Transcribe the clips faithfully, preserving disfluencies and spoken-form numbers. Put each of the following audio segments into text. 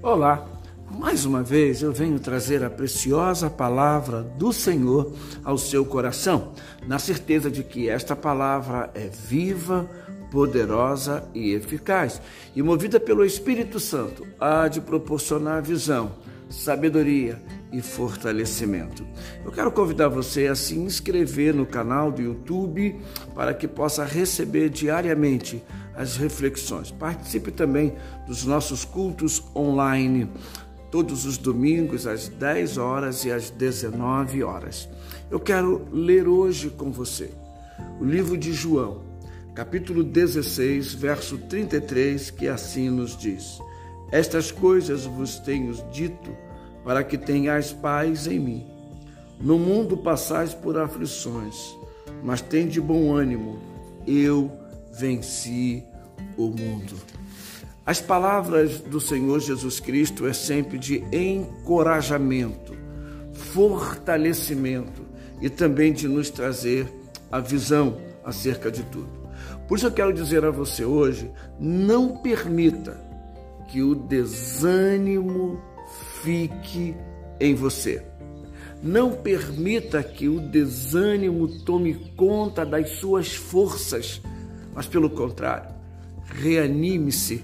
Olá, mais uma vez eu venho trazer a preciosa palavra do Senhor ao seu coração, na certeza de que esta palavra é viva, poderosa e eficaz, e movida pelo Espírito Santo, há de proporcionar visão, sabedoria e fortalecimento. Eu quero convidar você a se inscrever no canal do YouTube para que possa receber diariamente as reflexões. Participe também dos nossos cultos online, todos os domingos às dez horas e às dezenove horas. Eu quero ler hoje com você o livro de João, capítulo dezesseis, verso trinta e três, que assim nos diz: Estas coisas vos tenho dito para que tenhais paz em mim. No mundo passais por aflições, mas tende bom ânimo, eu venci o mundo. As palavras do Senhor Jesus Cristo é sempre de encorajamento, fortalecimento e também de nos trazer a visão acerca de tudo. Por isso eu quero dizer a você hoje, não permita que o desânimo fique em você. Não permita que o desânimo tome conta das suas forças, mas pelo contrário, reanime-se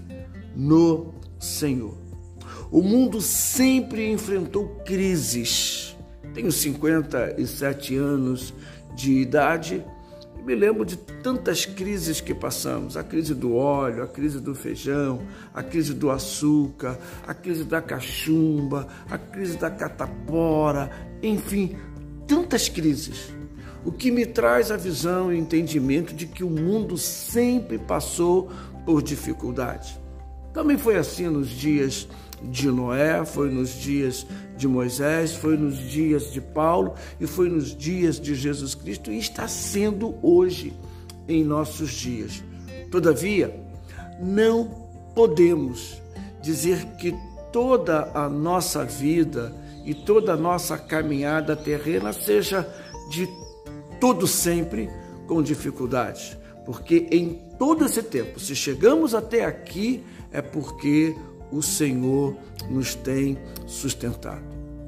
no Senhor. O mundo sempre enfrentou crises. Tenho cinquenta e sete anos de idade e me lembro de tantas crises que passamos. A crise do óleo, a crise do feijão, a crise do açúcar, a crise da cachumba, a crise da catapora, enfim, tantas crises. O que me traz a visão e entendimento de que o mundo sempre passou por dificuldades. Também foi assim nos dias de Noé, foi nos dias de Moisés, foi nos dias de Paulo e foi nos dias de Jesus Cristo e está sendo hoje em nossos dias. Todavia, não podemos dizer que toda a nossa vida e toda a nossa caminhada terrena seja de todo sempre com dificuldades, porque em todo esse tempo, se chegamos até aqui, é porque o Senhor nos tem sustentado.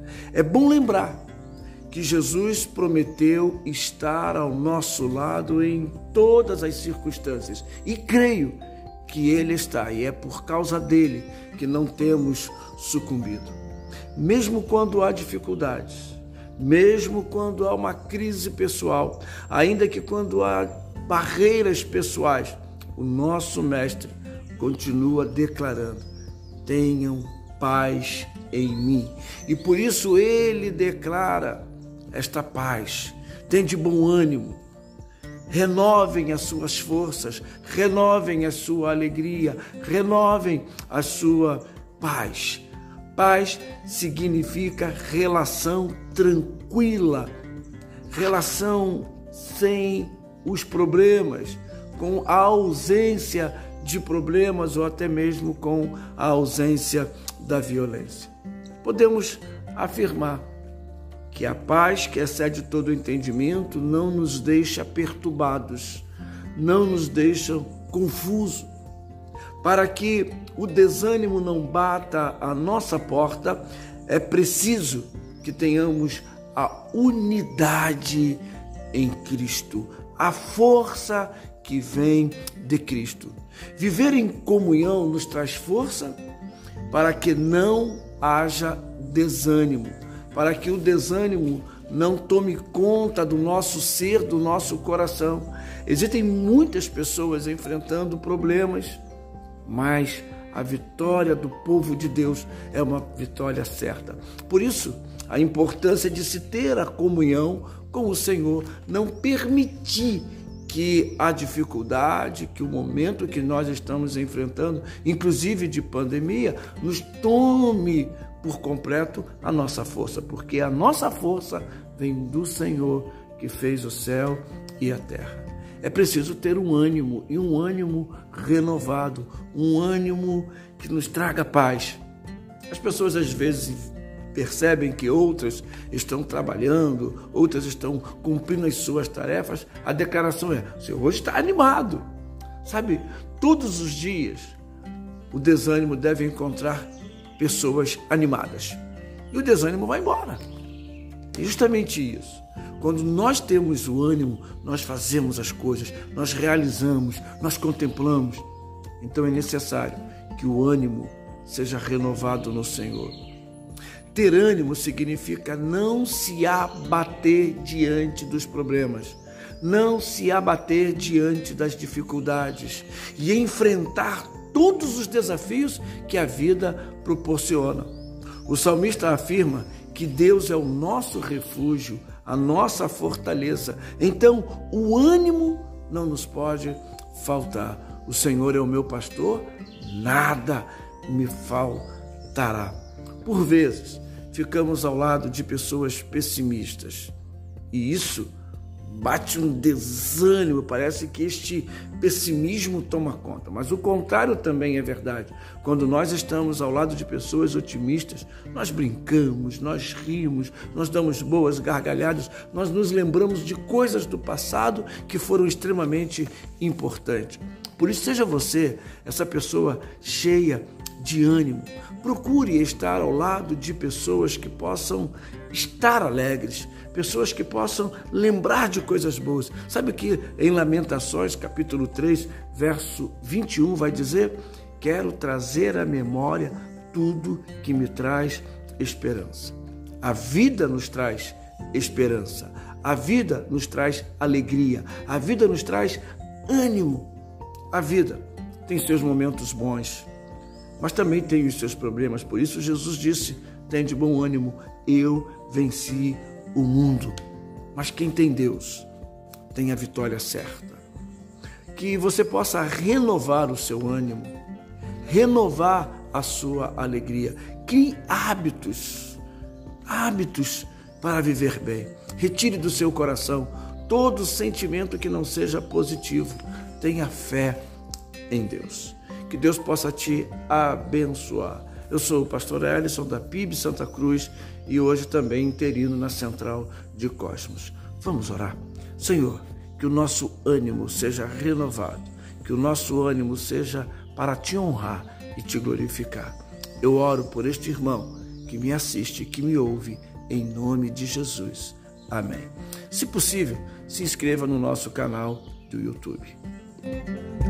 É bom lembrar que Jesus prometeu estar ao nosso lado em todas as circunstâncias e creio que Ele está, e é por causa dele que não temos sucumbido. Mesmo quando há dificuldades, mesmo quando há uma crise pessoal, ainda que quando há barreiras pessoais, o nosso Mestre continua declarando: tenham paz em mim. E por isso ele declara esta paz. Tende bom ânimo, renovem as suas forças, renovem a sua alegria, renovem a sua paz. Paz significa relação tranquila, relação sem os problemas, com a ausência de problemas ou até mesmo com a ausência da violência. Podemos afirmar que a paz que excede todo o entendimento não nos deixa perturbados, não nos deixa confusos. Para que o desânimo não bata a nossa porta, é preciso que tenhamos a unidade em Cristo, a força que vem de Cristo. Viver em comunhão nos traz força para que não haja desânimo, para que o desânimo não tome conta do nosso ser, do nosso coração. Existem muitas pessoas enfrentando problemas, mas a vitória do povo de Deus é uma vitória certa. Por isso, a importância de se ter a comunhão com o Senhor, não permitir que a dificuldade, que o momento que nós estamos enfrentando, inclusive de pandemia, nos tome por completo a nossa força, porque a nossa força vem do Senhor que fez o céu e a terra. É preciso ter um ânimo, e um ânimo renovado, um ânimo que nos traga paz. As pessoas às vezes percebem que outras estão trabalhando, outras estão cumprindo as suas tarefas. A declaração é: o senhor hoje está animado. Sabe, todos os dias o desânimo deve encontrar pessoas animadas. E o desânimo vai embora. É justamente isso. Quando nós temos o ânimo, nós fazemos as coisas, nós realizamos, nós contemplamos. Então é necessário que o ânimo seja renovado no Senhor. Ter ânimo significa não se abater diante dos problemas, não se abater diante das dificuldades e enfrentar todos os desafios que a vida proporciona. O salmista afirma que Deus é o nosso refúgio, a nossa fortaleza. Então, o ânimo não nos pode faltar. O Senhor é o meu pastor, nada me faltará. Por vezes, ficamos ao lado de pessoas pessimistas e isso bate um desânimo, parece que este pessimismo toma conta. Mas o contrário também é verdade. Quando nós estamos ao lado de pessoas otimistas, nós brincamos, nós rimos, nós damos boas gargalhadas, nós nos lembramos de coisas do passado que foram extremamente importantes. Por isso, seja você essa pessoa cheia de ânimo. Procure estar ao lado de pessoas que possam estar alegres, pessoas que possam lembrar de coisas boas. Sabe que em Lamentações, capítulo três, verso vinte e um, vai dizer: quero trazer à memória tudo que me traz esperança. A vida nos traz esperança, a vida nos traz alegria, a vida nos traz ânimo. A vida tem seus momentos bons, mas também tem os seus problemas. Por isso Jesus disse: tem de bom ânimo, eu venci o mundo. Mas quem tem Deus tem a vitória certa. Que você possa renovar o seu ânimo, renovar a sua alegria. Crie hábitos, hábitos para viver bem. Retire do seu coração todo sentimento que não seja positivo. Tenha fé em Deus. Que Deus possa te abençoar. Eu sou o pastor Ellison da P I B Santa Cruz e hoje também interino na Central de Cosmos. Vamos orar. Senhor, que o nosso ânimo seja renovado, que o nosso ânimo seja para te honrar e te glorificar. Eu oro por este irmão que me assiste, que me ouve, em nome de Jesus. Amém. Se possível, se inscreva no nosso canal do YouTube.